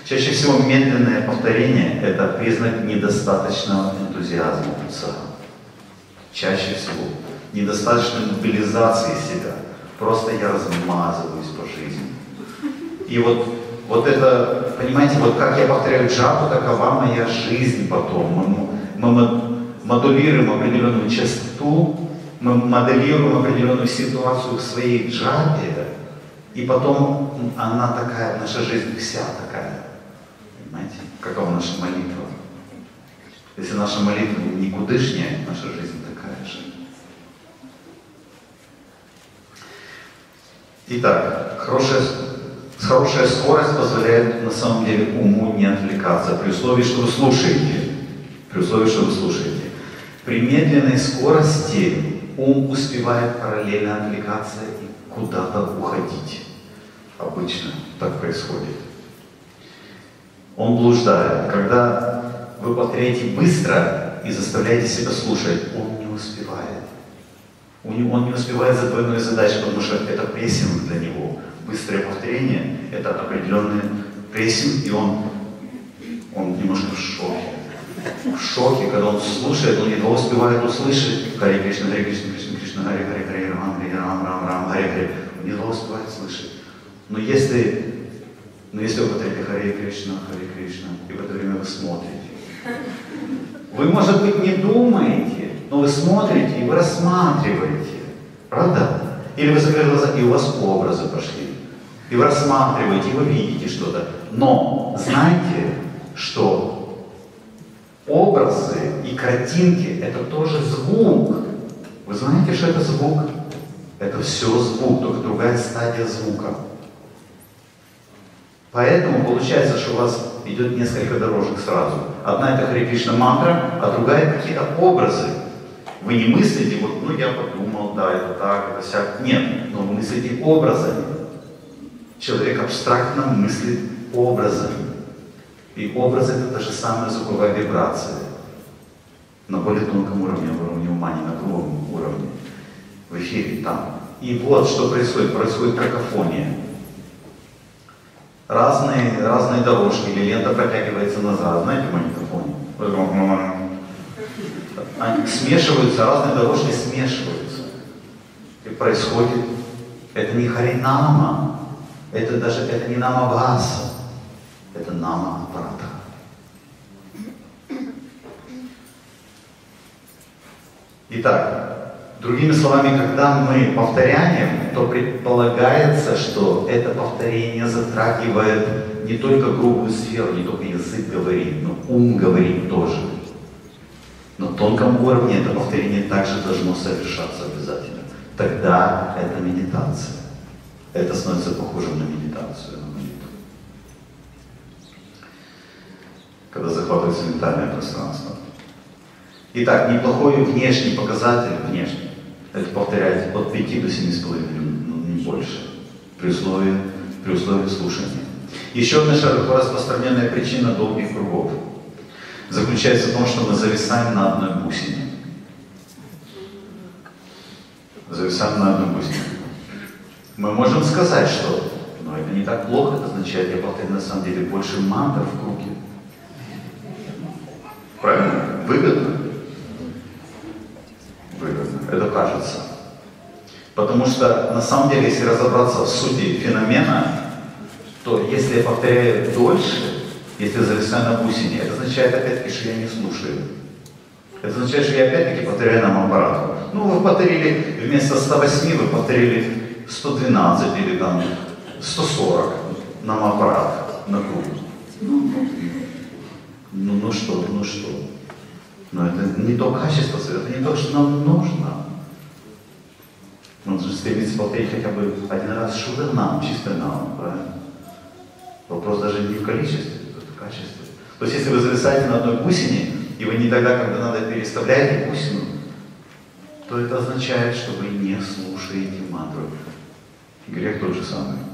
Чаще всего медленное повторение – это признак недостаточного энтузиазма отца. Чаще всего. Недостаточной мобилизации себя. Просто я размазываюсь по жизни. И вот это, понимаете, вот как я повторяю джапу, такова моя жизнь потом. Мы модулируем определенную частоту, мы моделируем определенную ситуацию в своей джапе, и потом она такая, наша жизнь вся такая. Понимаете, какова наша молитва? Если наша молитва никудышняя, наша жизнь такая же. Итак, хорошая скорость позволяет на самом деле уму не отвлекаться, при условии, что вы слушаете. При условии, что вы слушаете. При медленной скорости ум успевает параллельно отвлекаться и куда-то уходить. Обычно так происходит. Он блуждает. Когда вы повторяете быстро и заставляете себя слушать, он не успевает. Он не успевает за двойной задачей, потому что это прессинг для него. Быстрое повторение – это определенный прессинг, и он немножко в шоке. В шоке, когда он слушает, он едва успевает услышать Харе Кришна, Харе Кришна, Кришна, Кришна, Харе Харе, Харе Рам, Харе Рам, Рам, Рам, Харе Харе. Он едва успевает слышать. Но если вы повторяете Харе Кришна, и в это время вы смотрите, вы, может быть, не думаете, но вы смотрите и вы рассматриваете. Правда? Или вы закрыли глаза, и у вас образы пошли. И вы рассматриваете, и вы видите что-то. Но знаете, что образы и картинки — это тоже звук. Вы знаете, что это звук? Это все звук, только другая стадия звука. Поэтому получается, что у вас идет несколько дорожек сразу. Одна — это Харе Кришна мантра, а другая — какие-то образы. Вы не мыслите, я подумал, да, это так, это сяк. Нет, но вы мыслите образами. Человек абстрактно мыслит образами. И образ — это та же самая звуковая вибрация. На более тонком уровне, на уровне ума, не на грубом уровне. В эфире там. И вот что происходит. Происходит какофония. Разные дорожки, или лента протягивается назад. Знаете, магнитофоне? Они смешиваются, разные дорожки смешиваются. И происходит, это не харинама, это не намаваса, это нама аппарата. Итак, другими словами, когда мы повторяем, то предполагается, что это повторение затрагивает не только грубую сферу, не только язык говорит, но ум говорит тоже. На тонком уровне это повторение также должно совершаться обязательно. Тогда это медитация. Это становится похожим на медитацию, на молитву. Когда захватывается ментальное пространство. Итак, неплохой внешний показатель, это повторять от 5 до 7,5 минут, не больше, при условии слушания. Еще одна широко распространенная причина долгих кругов заключается в том, что мы зависаем на одной бусине. Зависаем на одной бусине. Мы можем сказать, что это не так плохо, это означает, я повторяю на самом деле больше мантр в круге. Правильно? Выгодно? Выгодно. Это кажется. Потому что на самом деле, если разобраться в сути феномена, то если я повторяю дольше, если я зависаю на бусине, это означает опять-таки, что я не слушаю. Это означает, что я опять-таки повторяю нам аппарат. Вы повторили вместо 108, вы повторили 112 или там 140 нам аппарат на круг. Ну что? Но это не то качество, это не то, что нам нужно. Нужно стремиться повторить хотя бы один раз шуда нам, чисто нам, правильно? Вопрос даже не в количестве, это в качестве. То есть если вы зависаете на одной бусине, и вы не тогда, когда надо, переставляете бусину, то это означает, что вы не слушаете мантру. Грех тот же самый.